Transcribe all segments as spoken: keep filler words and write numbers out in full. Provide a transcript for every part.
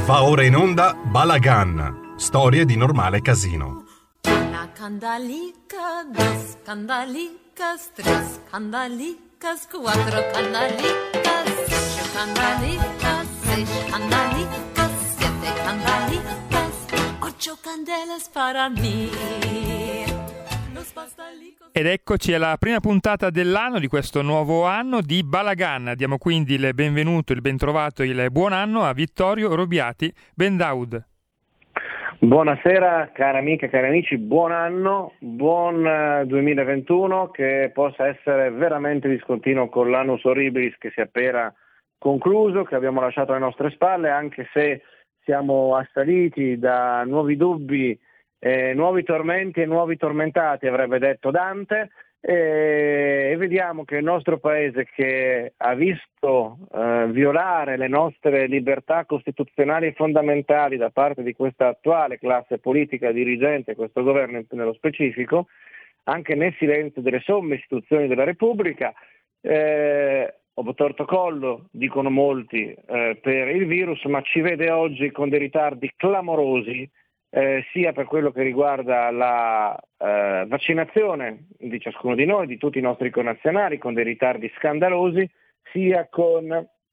Va ora in onda Balagan, storie di normale casino. Una candalica, dos candalicas, tres candalicas, cuatro candalicas, cinco candalicas, seis candalicas, siete candalicas, ocho candelas para mí. Ed eccoci alla prima puntata dell'anno, di questo nuovo anno di Balagan. Diamo quindi il benvenuto, il bentrovato, il buon anno a Vittorio Robiati. Ben Daud. Buonasera cari amiche e cari amici, buon anno, buon duemilaventuno, che possa essere veramente discontinuo con l'annus horribilis che si è appena concluso, che abbiamo lasciato alle nostre spalle, anche se siamo assaliti da nuovi dubbi, eh, nuovi tormenti e nuovi tormentati, avrebbe detto Dante, e, e vediamo che il nostro paese, che ha visto eh, violare le nostre libertà costituzionali e fondamentali da parte di questa attuale classe politica dirigente, questo governo nello specifico, anche nel silenzio delle somme istituzioni della Repubblica, eh, ho torto collo, dicono molti, eh, per il virus, ma ci vede oggi con dei ritardi clamorosi, Eh, sia per quello che riguarda la eh, vaccinazione di ciascuno di noi, di tutti i nostri connazionali, con dei ritardi scandalosi, sia con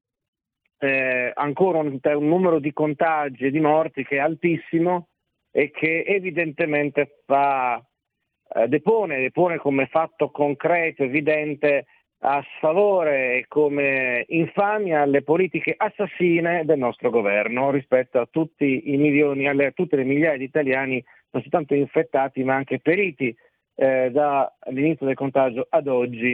eh, ancora un, un numero di contagi e di morti che è altissimo e che evidentemente fa, eh, depone, depone come fatto concreto, evidente, a sfavore e come infamia alle politiche assassine del nostro governo rispetto a tutti i milioni, alle, a tutte le migliaia di italiani non soltanto infettati ma anche periti eh, dall'inizio del contagio ad oggi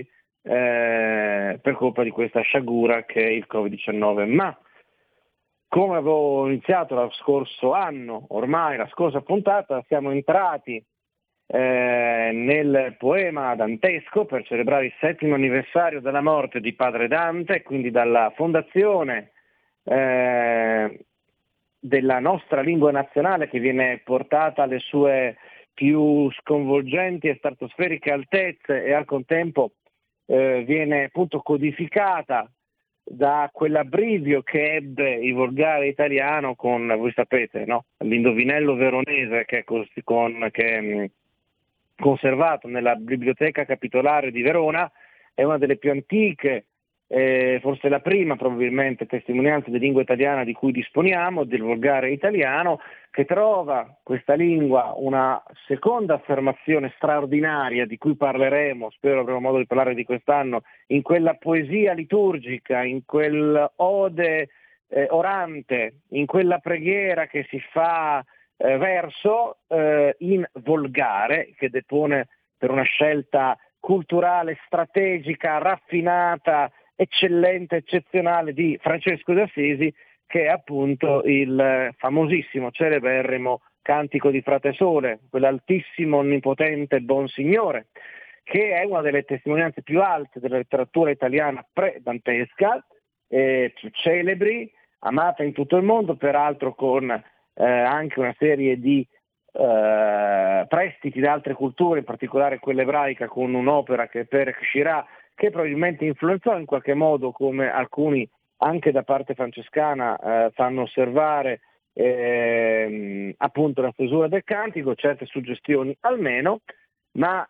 eh, per colpa di questa sciagura che è il covid diciannove. Ma come avevo iniziato lo scorso anno, ormai la scorsa puntata, siamo entrati Eh, nel poema dantesco per celebrare il settimo anniversario della morte di padre Dante, quindi dalla fondazione eh, della nostra lingua nazionale, che viene portata alle sue più sconvolgenti e stratosferiche altezze e al contempo eh, viene appunto codificata da quell'abbrivio che ebbe il volgare italiano con, voi sapete, no? L'indovinello veronese che è con, che conservato nella Biblioteca Capitolare di Verona, è una delle più antiche, eh, forse la prima probabilmente testimonianza di lingua italiana di cui disponiamo, del volgare italiano, che trova questa lingua una seconda affermazione straordinaria di cui parleremo, spero avremo modo di parlare di quest'anno, in quella poesia liturgica, in quell'ode eh, orante, in quella preghiera che si fa Eh, verso eh, in volgare, che depone per una scelta culturale, strategica, raffinata, eccellente, eccezionale di Francesco d'Assisi, che è appunto il famosissimo, celeberrimo Cantico di Frate Sole, quell'altissimo, onnipotente buon signore, che è una delle testimonianze più alte della letteratura italiana pre-dantesca, eh, più celebri, amata in tutto il mondo, peraltro con Eh, anche una serie di eh, prestiti da altre culture, in particolare quella ebraica, con un'opera che è Perek Shirah, che probabilmente influenzò in qualche modo, come alcuni anche da parte francescana eh, fanno osservare eh, appunto la stesura del cantico, certe suggestioni almeno, ma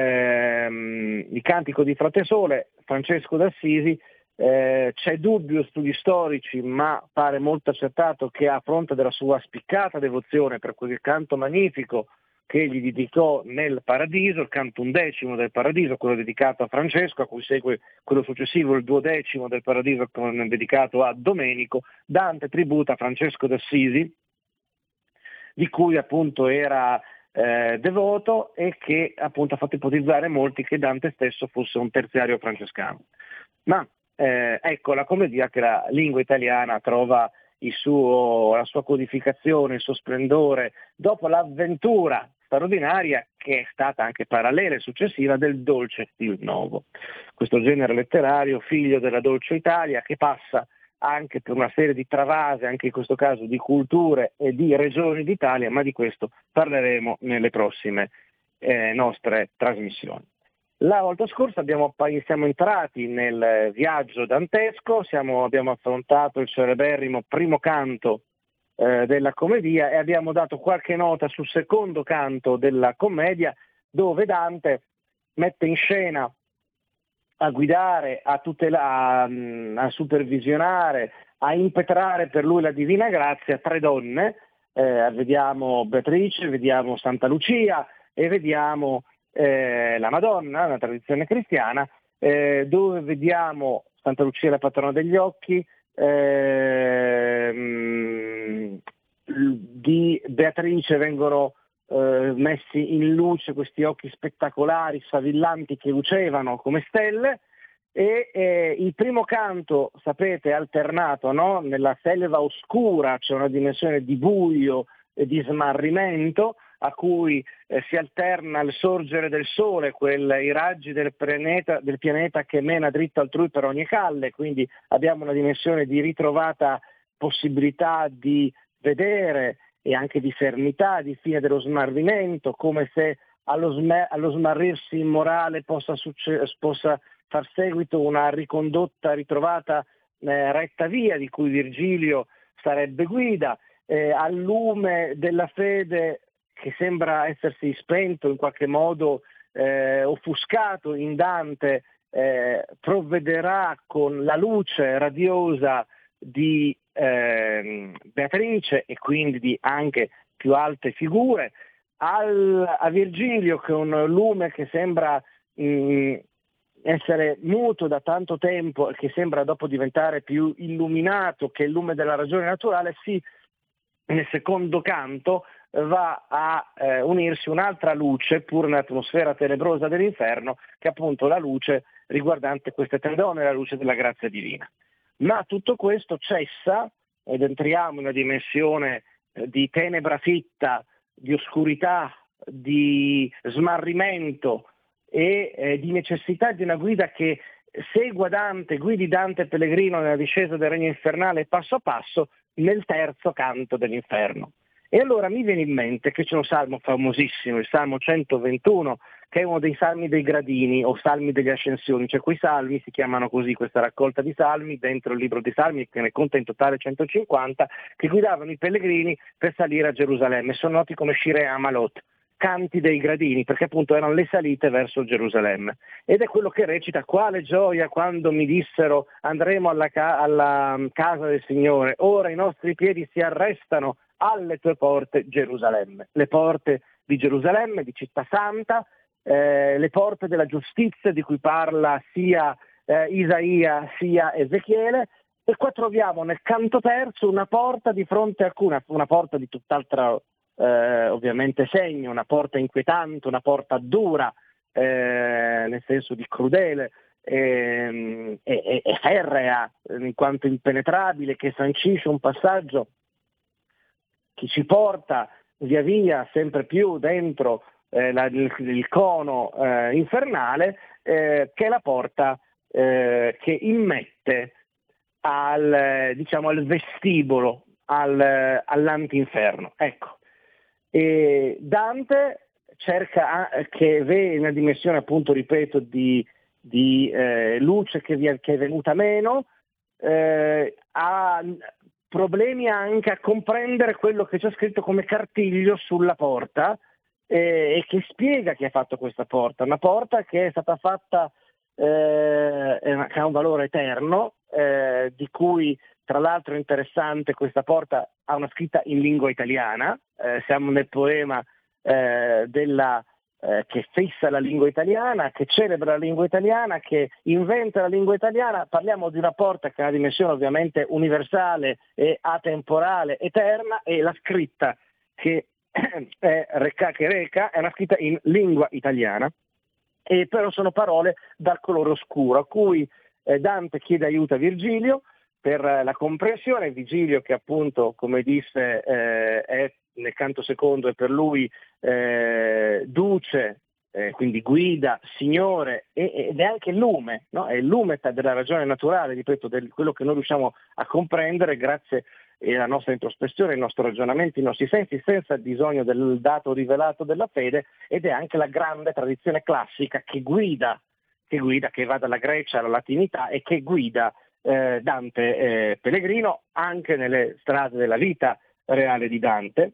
ehm, il Cantico di Frate Sole, Francesco d'Assisi, Eh, c'è dubbio, studi storici, ma pare molto accertato che a fronte della sua spiccata devozione per quel canto magnifico che gli dedicò nel Paradiso, il canto undecimo del Paradiso, quello dedicato a Francesco, a cui segue quello successivo, il duodecimo del Paradiso, dedicato a Domenico, Dante tributa a Francesco d'Assisi, di cui appunto era eh, devoto e che appunto ha fatto ipotizzare molti che Dante stesso fosse un terziario francescano. Ma Eh, ecco la commedia che la lingua italiana trova il suo, la sua codificazione, il suo splendore dopo l'avventura straordinaria che è stata anche parallela e successiva del dolce stil novo, questo genere letterario figlio della dolce Italia, che passa anche per una serie di travase, anche in questo caso di culture e di regioni d'Italia, ma di questo parleremo nelle prossime eh, nostre trasmissioni. La volta scorsa abbiamo, siamo entrati nel viaggio dantesco, siamo, abbiamo affrontato il celeberrimo primo canto eh, della commedia, e abbiamo dato qualche nota sul secondo canto della commedia, dove Dante mette in scena, a guidare, a tutelare, a supervisionare, a impetrare per lui la divina grazia, tre donne. Eh, vediamo Beatrice, vediamo Santa Lucia e vediamo eh, la Madonna, la tradizione cristiana, eh, dove vediamo Santa Lucia la patrona degli occhi, eh, di Beatrice vengono eh, messi in luce questi occhi spettacolari, sfavillanti, che lucevano come stelle. E eh, il primo canto, sapete, è alternato, no? Nella selva oscura c'è una dimensione di buio e di smarrimento, a cui eh, si alterna il sorgere del sole, quel, i raggi del pianeta, del pianeta che mena dritto altrui per ogni calle, quindi abbiamo una dimensione di ritrovata possibilità di vedere e anche di fermità, di fine dello smarrimento, come se allo, sm- allo smarrirsi immorale possa, succe- possa far seguito una ricondotta, ritrovata eh, retta via, di cui Virgilio sarebbe guida, eh, al lume della fede che sembra essersi spento, in qualche modo eh, offuscato in Dante, eh, provvederà con la luce radiosa di eh, Beatrice e quindi di anche più alte figure. Al, a Virgilio, che è un lume che sembra mh, essere muto da tanto tempo e che sembra dopo diventare più illuminato, che è il lume della ragione naturale, si nel secondo canto va a eh, unirsi un'altra luce, pur nell'atmosfera tenebrosa dell'inferno, che è appunto la luce riguardante queste tre donne, la luce della grazia divina. Ma tutto questo cessa ed entriamo in una dimensione eh, di tenebra fitta, di oscurità, di smarrimento e eh, di necessità di una guida che segua Dante, guidi Dante Pellegrino nella discesa del regno infernale passo a passo nel terzo canto dell'inferno. E allora mi viene in mente che c'è un salmo famosissimo, il Salmo centoventuno, che è uno dei salmi dei gradini o salmi delle ascensioni, cioè quei salmi si chiamano così, questa raccolta di salmi dentro il libro dei salmi, che ne conta in totale centocinquanta, che guidavano i pellegrini per salire a Gerusalemme, sono noti come Shirei Amalot, canti dei gradini, perché appunto erano le salite verso Gerusalemme. Ed è quello che recita: quale gioia quando mi dissero andremo alla, ca- alla casa del Signore, ora i nostri piedi si arrestano alle tue porte, Gerusalemme. Le porte di Gerusalemme, di Città Santa, eh, le porte della giustizia di cui parla sia eh, Isaia sia Ezechiele, e qua troviamo nel canto terzo una porta di fronte a cui, una, una porta di tutt'altra eh, ovviamente segno, una porta inquietante, una porta dura, eh, nel senso di crudele, e, e, e ferrea, in quanto impenetrabile, che sancisce un passaggio che ci porta via via sempre più dentro eh, la, il, il cono eh, infernale, eh, che è la porta eh, che immette al, diciamo, al vestibolo, al, all'antinferno. Ecco. E Dante cerca che vede una dimensione, appunto, ripeto, di, di eh, luce che, vi, che è venuta meno, eh, ha problemi anche a comprendere quello che c'è scritto come cartiglio sulla porta, eh, e che spiega chi ha fatto questa porta, una porta che è stata fatta, eh, che ha un valore eterno, eh, di cui tra l'altro è interessante, questa porta ha una scritta in lingua italiana, eh, siamo nel poema eh, della Eh, che fissa la lingua italiana, che celebra la lingua italiana, che inventa la lingua italiana. Parliamo di una porta che ha una dimensione ovviamente universale e atemporale, eterna, e la scritta che, è, reca, che reca è una scritta in lingua italiana, e però sono parole dal colore oscuro, a cui eh, Dante chiede aiuto a Virgilio per eh, la comprensione. Virgilio, che appunto, come disse, eh, è nel canto secondo, è per lui eh, duce, eh, quindi guida, signore, e, ed è anche lume, no? È il lume della ragione naturale, ripeto, di quello che noi riusciamo a comprendere grazie alla nostra introspezione, al nostro ragionamento, i nostri sensi, senza bisogno del dato rivelato della fede, ed è anche la grande tradizione classica che guida, che guida, che va dalla Grecia alla latinità e che guida eh, Dante eh, Pellegrino anche nelle strade della vita reale di Dante,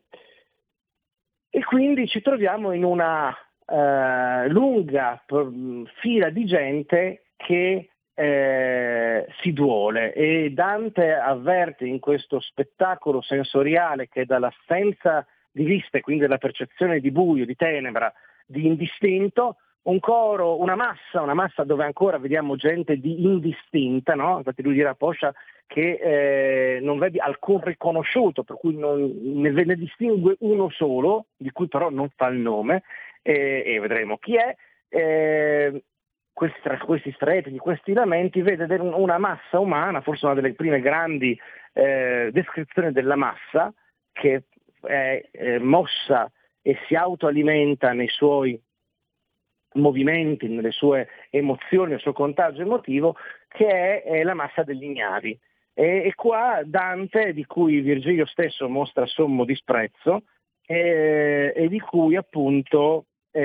e quindi ci troviamo in una eh, lunga fila di gente che eh, si duole, e Dante avverte in questo spettacolo sensoriale che dall'assenza di vista, e quindi dalla percezione di buio, di tenebra, di indistinto, un coro, una massa, una massa dove ancora vediamo gente di indistinta, no? Infatti lui dirà a Poscia che eh, non vedi alcun riconosciuto, per cui non, ne, ne distingue uno solo, di cui però non fa il nome, eh, e vedremo chi è. Eh, questi, tra questi strepiti, questi lamenti, vede una massa umana, forse una delle prime grandi eh, descrizioni della massa, che è eh, mossa e si autoalimenta nei suoi movimenti, nelle sue emozioni, nel suo contagio emotivo, che è, è la massa degli ignavi. E, e qua Dante, di cui Virgilio stesso mostra sommo disprezzo, e, e di cui appunto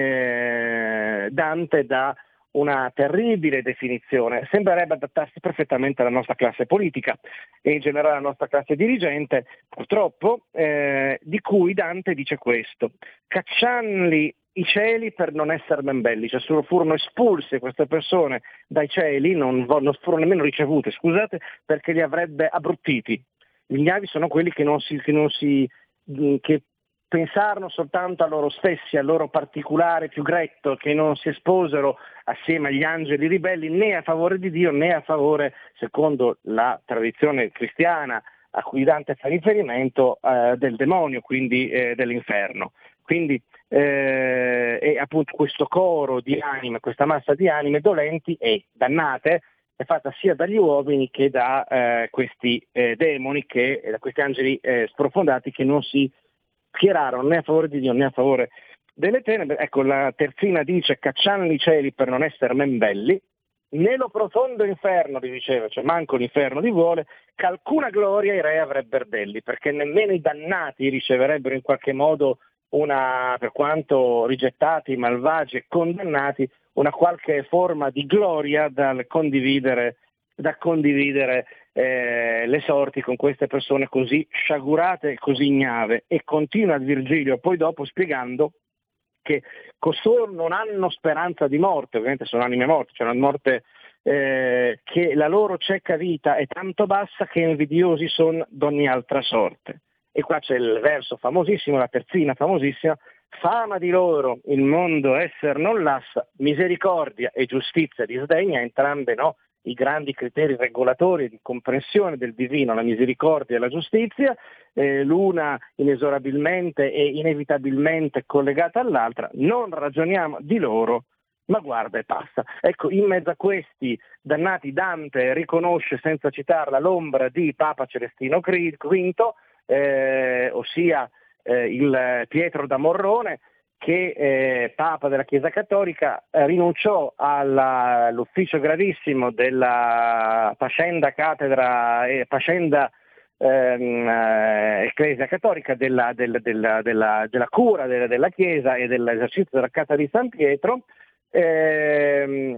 eh, Dante dà una terribile definizione. Sembrerebbe adattarsi perfettamente alla nostra classe politica e in generale alla nostra classe dirigente, purtroppo, eh, di cui Dante dice questo: caccianli i cieli per non essere ben belli, cioè furono espulse queste persone dai cieli, non, non furono nemmeno ricevute, scusate, perché li avrebbe abbruttiti. Gli ignavi sono quelli che non si, che non si che pensarono soltanto a loro stessi, al loro particolare più gretto, che non si esposero assieme agli angeli ribelli né a favore di Dio né a favore, secondo la tradizione cristiana a cui Dante fa riferimento, eh, del demonio, quindi eh, dell'inferno. Quindi eh, e appunto questo coro di anime, questa massa di anime dolenti e dannate è fatta sia dagli uomini che da eh, questi eh, demoni, che, da questi angeli eh, sprofondati che non si schierarono né a favore di Dio né a favore delle tenebre. Ecco, la terzina dice: cacciano i cieli per non essere men belli, nello profondo inferno, li diceva, cioè manco l'inferno li vuole, che alcuna gloria i re avrebbero belli, perché nemmeno i dannati riceverebbero in qualche modo una, per quanto rigettati, malvagi e condannati, una qualche forma di gloria dal condividere, da condividere eh, le sorti con queste persone così sciagurate e così ignave. E continua Virgilio poi dopo spiegando che costoro non hanno speranza di morte, ovviamente sono anime morte, cioè una morte eh, che la loro cieca vita è tanto bassa che invidiosi sono d'ogni altra sorte. E qua c'è il verso famosissimo, la terzina famosissima: fama di loro il mondo esser non lassa, misericordia e giustizia disdegna, entrambe no, i grandi criteri regolatori di comprensione del divino, la misericordia e la giustizia, eh, l'una inesorabilmente e inevitabilmente collegata all'altra. Non ragioniamo di loro, ma guarda e passa. Ecco, in mezzo a questi dannati Dante riconosce, senza citarla, l'ombra di Papa Celestino quinto, eh, ossia eh, il Pietro da Morrone, che eh, Papa della Chiesa Cattolica eh, rinunciò alla, all'ufficio gravissimo della Pascenda Cattedra e Pascenda ehm, eh, Ecclesia Cattolica, della, del, della, della, della cura della, della Chiesa e dell'esercizio della Cattedra di San Pietro, ehm,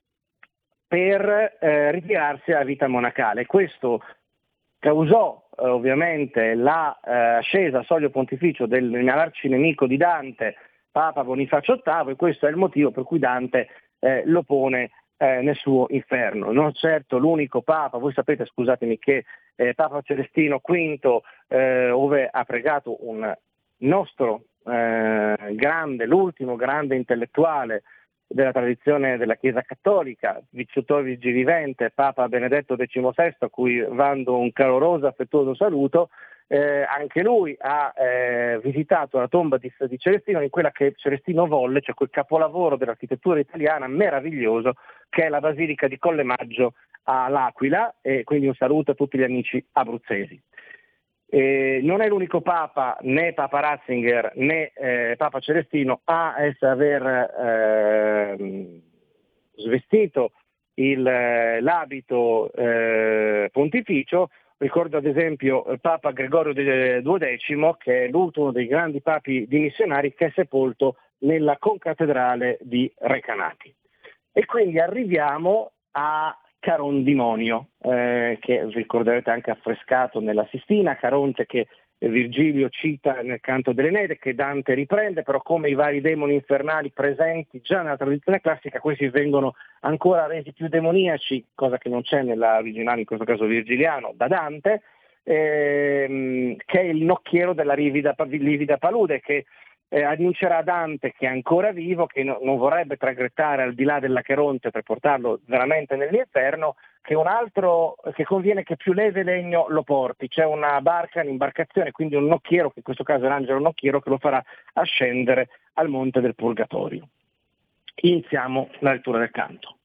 per eh, ritirarsi alla vita monacale. Questo causò eh, ovviamente l'ascesa la, eh, al soglio pontificio dell'arcinemico di Dante, Papa Bonifacio ottavo, e questo è il motivo per cui Dante eh, lo pone eh, nel suo inferno. Non certo l'unico Papa, voi sapete, scusatemi, che eh, Papa Celestino quinto, eh, ove ha pregato un nostro eh, grande, l'ultimo grande intellettuale della tradizione della Chiesa Cattolica, vissuto vivente, Papa Benedetto diciannovesimo, a cui vando un caloroso affettuoso saluto. Eh, anche lui ha eh, visitato la tomba di, di Celestino, in quella che Celestino volle, cioè quel capolavoro dell'architettura italiana meraviglioso che è la Basilica di Colle Maggio all'Aquila, e quindi un saluto a tutti gli amici abruzzesi. Eh, non è l'unico Papa, né Papa Ratzinger né eh, Papa Celestino, a essere, aver eh, svestito il, l'abito eh, pontificio. Ricordo ad esempio il Papa Gregorio duodecimo, che è l'ultimo dei grandi papi dimissionari, che è sepolto nella concattedrale di Recanati. E quindi arriviamo a Carondimonio, eh, che ricorderete anche affrescato nella Sistina, Caronte che Virgilio cita nel canto dell'Eneide, che Dante riprende, però come i vari demoni infernali presenti già nella tradizione classica, questi vengono ancora resi più demoniaci, cosa che non c'è nella originale, in questo caso virgiliano, da Dante, ehm, che è il nocchiero della livida, livida palude, che eh, annuncerà a Dante, che è ancora vivo, che no, non vorrebbe traghettare al di là dell'Acheronte per portarlo veramente nell'inferno, che un altro, che conviene che più leve legno lo porti. C'è una barca, un'imbarcazione, quindi un nocchiero, che in questo caso è l'angelo nocchiero, che lo farà ascendere al monte del Purgatorio. Iniziamo la lettura del canto.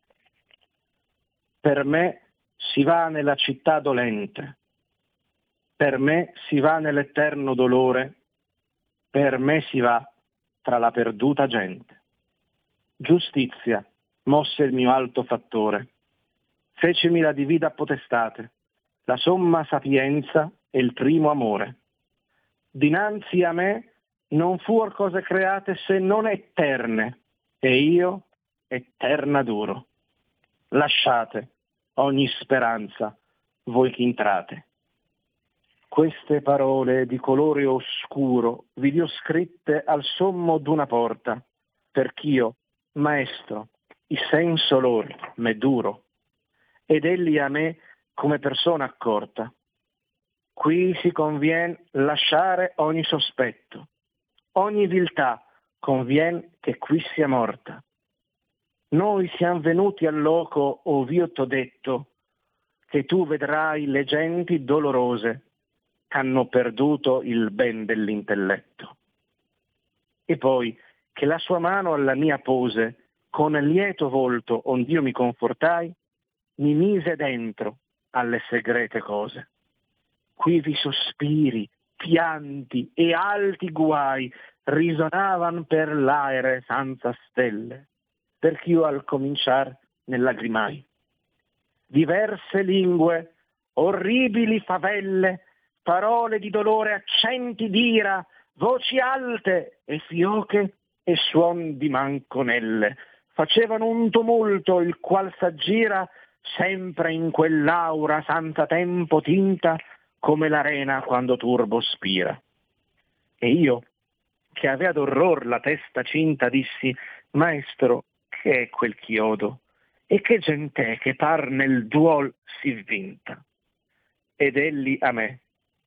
Per me si va nella città dolente, per me si va nell'eterno dolore, per me si va tra la perduta gente. Giustizia mosse il mio alto fattore, fecemi la divina potestate, la somma sapienza e il primo amore. Dinanzi a me non fuor cose create se non eterne, e io eterna duro. Lasciate ogni speranza, voi che intrate. Queste parole di colore oscuro vi dio scritte al sommo d'una porta, perch'io, maestro, il senso loro m'è duro, ed egli a me come persona accorta. Qui si convien lasciare ogni sospetto, ogni viltà convien che qui sia morta. Noi siamo venuti al loco ov'io t'ho detto, che tu vedrai le genti dolorose, hanno perduto il ben dell'intelletto. E poi che la sua mano alla mia pose, con lieto volto ond'io mi confortai, mi mise dentro alle segrete cose. Quivi sospiri, pianti e alti guai risonavan per l'aere senza stelle, perch'io al cominciar ne lagrimai. Diverse lingue, orribili favelle, parole di dolore, accenti d'ira, voci alte e fioche e suon di manconelle facevano un tumulto il qual s'aggira sempre in quell'aura senza tempo tinta come l'arena quando turbo spira. E io, che avea d'orror la testa cinta, dissi: maestro, che è quel chiodo? E che gente che par nel duol si vinta? Ed egli a me: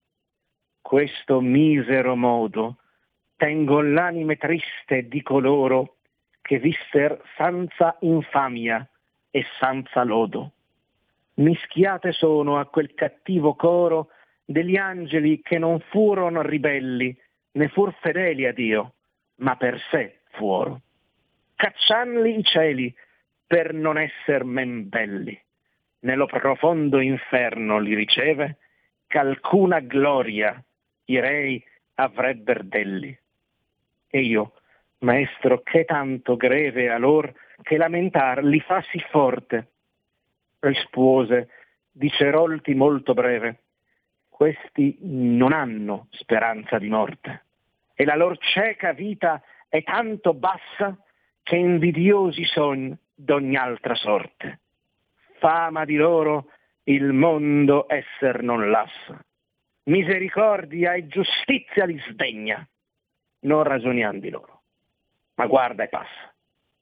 questo misero modo tengo l'anime triste di coloro che visser senza infamia e senza lodo. Mischiate sono a quel cattivo coro degli angeli che non furono ribelli, né fur fedeli a Dio, ma per sé fuoro. Caccianli i cieli per non esser men belli. Nello profondo inferno li riceve, ch'alcuna gloria i rei avrebber delli. E io, maestro, che tanto greve a lor che lamentar li fa sì forte. Rispose, di Cerolti molto breve: questi non hanno speranza di morte, e la lor cieca vita è tanto bassa che invidiosi son d'ogni altra sorte. Fama di loro il mondo esser non lassa, misericordia e giustizia li sdegna, non ragioniam di loro, ma guarda e passa.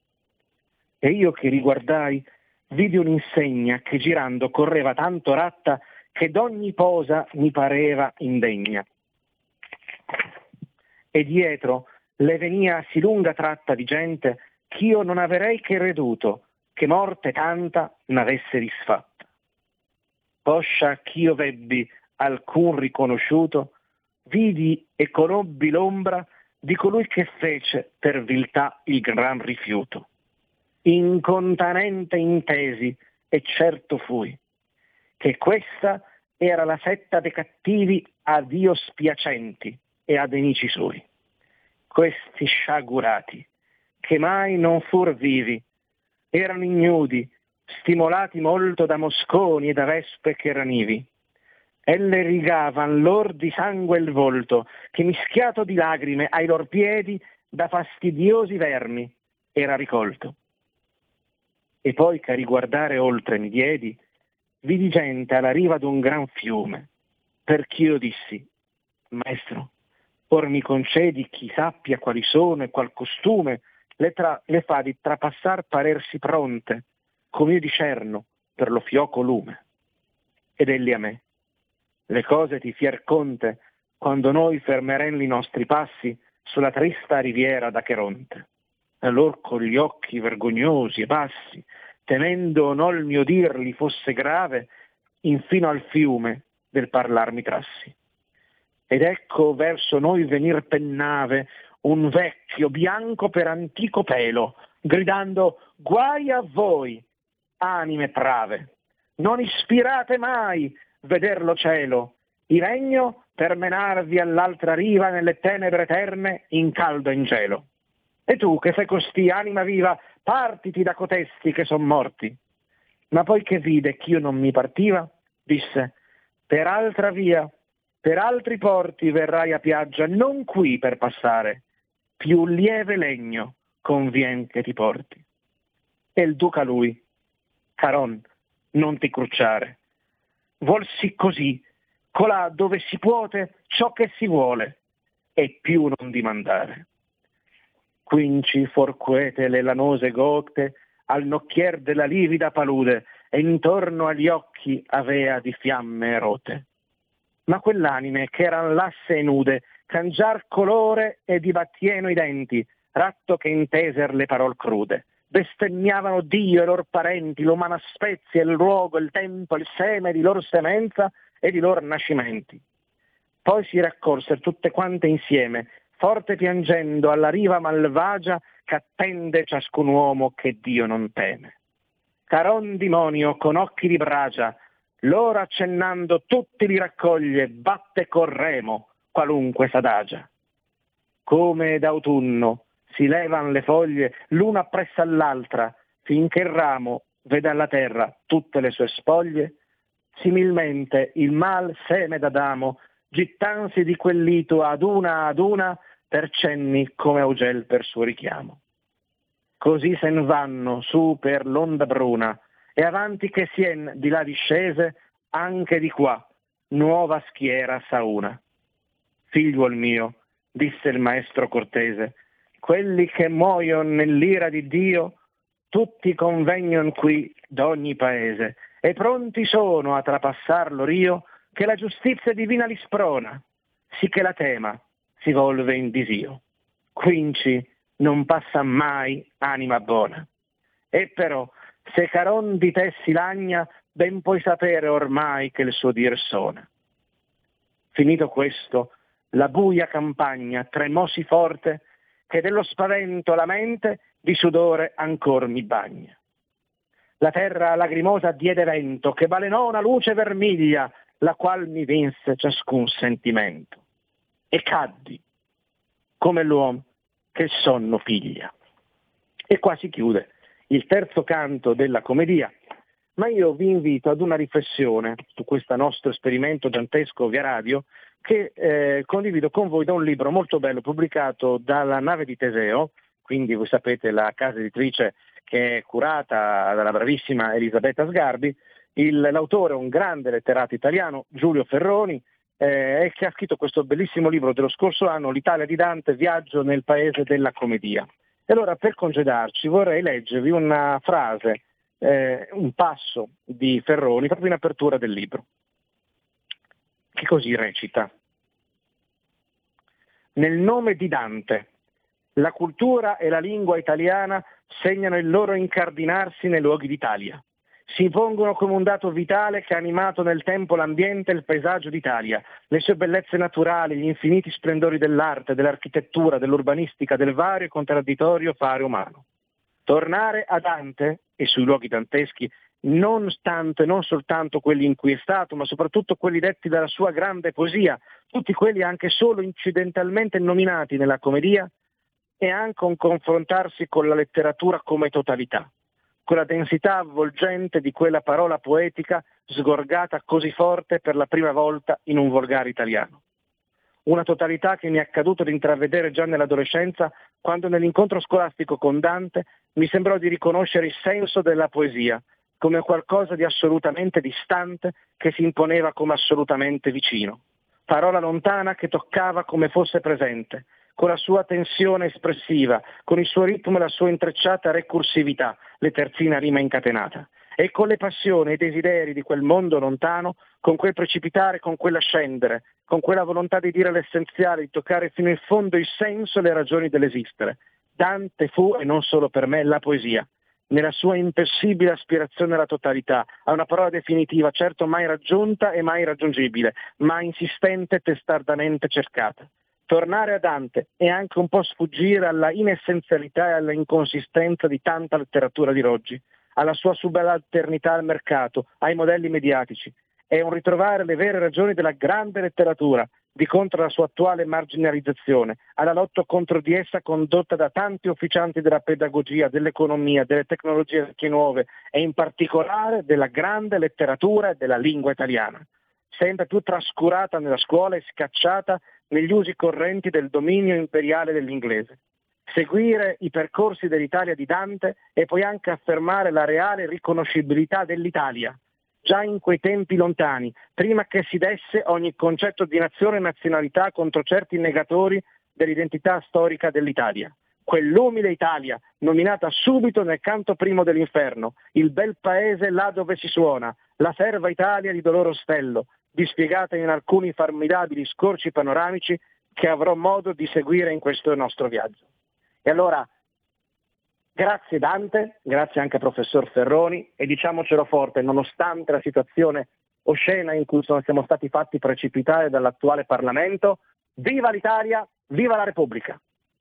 E io che riguardai vidi un'insegna che girando correva tanto ratta che d'ogni posa mi pareva indegna. E dietro le venia sì lunga tratta di gente ch'io non avrei che reduto che morte tanta n'avesse disfatta. Poscia ch'io vebbi alcun riconosciuto, vidi e conobbi l'ombra di colui che fece per viltà il gran rifiuto. Incontanente intesi e certo fui che questa era la setta dei cattivi a Dio spiacenti e a nemici suoi. Questi sciagurati, che mai non fur vivi, erano ignudi, stimolati molto da mosconi e da vespe che ranivi. Elle rigavan lor di sangue il volto, che mischiato di lagrime ai lor piedi da fastidiosi vermi era ricolto. E poi che a riguardare oltre mi diedi, vidi gente alla riva d'un gran fiume, perch'io dissi: maestro, or mi concedi chi sappia quali sono e qual costume le, tra, le fa di trapassar parersi pronte, come io discerno per lo fioco lume. Ed egli a me, le cose ti fier conte, quando noi fermeren i nostri passi sulla trista riviera d'Acheronte. Allor con gli occhi vergognosi e bassi, temendo non il mio dir li fosse grave, infino al fiume del parlar mi trassi. Ed ecco verso noi venir pennave un vecchio bianco per antico pelo, gridando guai a voi, anime prave, non ispirate mai veder lo cielo, i regno per menarvi all'altra riva nelle tenebre eterne in caldo e in gelo. E tu che sei costì, anima viva, partiti da cotesti che son morti. Ma poi che vide ch'io non mi partiva, disse, per altra via, per altri porti verrai a piaggia, non qui per passare, più lieve legno convien che ti porti. E il duca lui, Caron, non ti crucciare, volsi così, colà dove si puote ciò che si vuole, e più non dimandare. Quinci forquete le lanose gote al nocchier della livida palude, e intorno agli occhi avea di fiamme rote. Ma quell'anime che eran lasse e nude, cangiar colore e dibattieno i denti, ratto che inteser le parol crude. Bestemmiavano Dio e lor parenti, l'umana spezia, il luogo, il tempo, il seme di lor semenza e di lor nascimenti. Poi si raccorsero tutte quante insieme, forte piangendo alla riva malvagia ch'attende ciascun uomo che Dio non teme. Caron dimonio con occhi di bragia, loro accennando tutti li raccoglie, batte col remo qualunque s'adagia. Come d'autunno si levan le foglie l'una appresso all'altra, finché il ramo vede alla terra tutte le sue spoglie, similmente il mal seme d'Adamo, gittansi di quel lito ad una ad una, per cenni come augel per suo richiamo. Così sen vanno su per l'onda bruna, e avanti che sien di là discese, anche di qua nuova schiera sa una. Figliuol mio, disse il maestro cortese, quelli che muoion nell'ira di Dio, tutti convegnon qui d'ogni paese, e pronti sono a trapassar lo rio, che la giustizia divina li sprona, sì che la tema si volve in disio. Quinci non passa mai anima buona. E però, se Caron di te si lagna, ben puoi sapere ormai che il suo dir sona. Finito questo, la buia campagna tremò sì forte, che dello spavento la mente di sudore ancor mi bagna. La terra lagrimosa diede vento, che balenò una luce vermiglia, la qual mi vinse ciascun sentimento. E caddi, come l'uomo che il sonno piglia. E qua si chiude il terzo canto della commedia, ma io vi invito ad una riflessione su questo nostro esperimento dantesco via radio, che eh, condivido con voi da un libro molto bello pubblicato dalla Nave di Teseo, quindi voi sapete la casa editrice che è curata dalla bravissima Elisabetta Sgarbi. Il, l'autore è un grande letterato italiano, Giulio Ferroni, eh, che ha scritto questo bellissimo libro dello scorso anno, L'Italia di Dante, viaggio nel paese della commedia. E allora, per congedarci, vorrei leggervi una frase, eh, un passo di Ferroni, proprio in apertura del libro, che così recita. Nel nome di Dante, la cultura e la lingua italiana segnano il loro incardinarsi nei luoghi d'Italia. Si impongono come un dato vitale che ha animato nel tempo l'ambiente e il paesaggio d'Italia, le sue bellezze naturali, gli infiniti splendori dell'arte, dell'architettura, dell'urbanistica, del vario e contraddittorio fare umano. Tornare a Dante e sui luoghi danteschi, non tanto e non soltanto quelli in cui è stato, ma soprattutto quelli detti dalla sua grande poesia, tutti quelli anche solo incidentalmente nominati nella commedia, è anche un confrontarsi con la letteratura come totalità, con la densità avvolgente di quella parola poetica sgorgata così forte per la prima volta in un volgare italiano. Una totalità che mi è accaduto di intravedere già nell'adolescenza, quando nell'incontro scolastico con Dante mi sembrò di riconoscere il senso della poesia come qualcosa di assolutamente distante che si imponeva come assolutamente vicino. parola lontana che toccava come fosse presente, con la sua tensione espressiva, con il suo ritmo e la sua intrecciata recursività, le terzine a rima incatenata. E con le passioni e i desideri di quel mondo lontano, con quel precipitare, con quell'ascendere, con quella volontà di dire l'essenziale, di toccare fino in fondo il senso e le ragioni dell'esistere. Dante fu, e non solo per me, la poesia, nella sua impossibile aspirazione alla totalità, a una parola definitiva, certo mai raggiunta e mai raggiungibile, ma insistente e testardamente cercata. Tornare a Dante è anche un po' sfuggire alla inessenzialità e alla inconsistenza di tanta letteratura di oggi, alla sua subalternità al mercato, ai modelli mediatici. È un ritrovare le vere ragioni della grande letteratura, di contro la sua attuale marginalizzazione, alla lotta contro di essa condotta da tanti ufficianti della pedagogia, dell'economia, delle tecnologie nuove e in particolare della grande letteratura e della lingua italiana, sempre più trascurata nella scuola e scacciata negli usi correnti del dominio imperiale dell'inglese. Seguire i percorsi dell'Italia di Dante e poi anche affermare la reale riconoscibilità dell'Italia, già in quei tempi lontani, prima che si desse ogni concetto di nazione e nazionalità contro certi negatori dell'identità storica dell'Italia. Quell'umile Italia, nominata subito nel canto primo dell'inferno, il bel paese là dove si suona, la serva Italia di Dolore Ostello, dispiegata in alcuni formidabili scorci panoramici che avrò modo di seguire in questo nostro viaggio. E allora, grazie Dante, grazie anche al professor Ferroni e diciamocelo forte, nonostante la situazione oscena in cui sono, siamo stati fatti precipitare dall'attuale Parlamento, viva l'Italia, viva la Repubblica!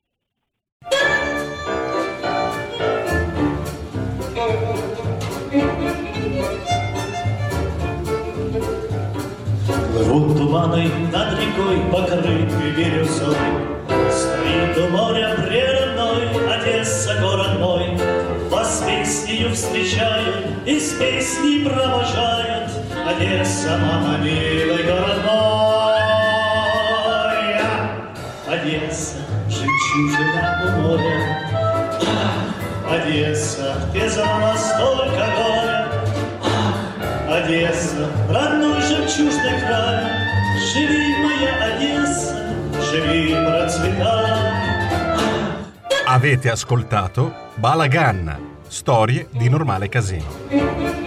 Плывут туманы над рекой, покрытые бирюзой. Стоит у моря прерывной Одесса, город мой. Вас песнею встречают и с песней провожают. Одесса, мама, милый город мой. Одесса, жемчужина у моря. Одесса, где за нас столько горя. Одесса, родной жемчужный край, живи, моя Одесса, живи, процветай. Avete ascoltato Balagan, storie di Normale Casino.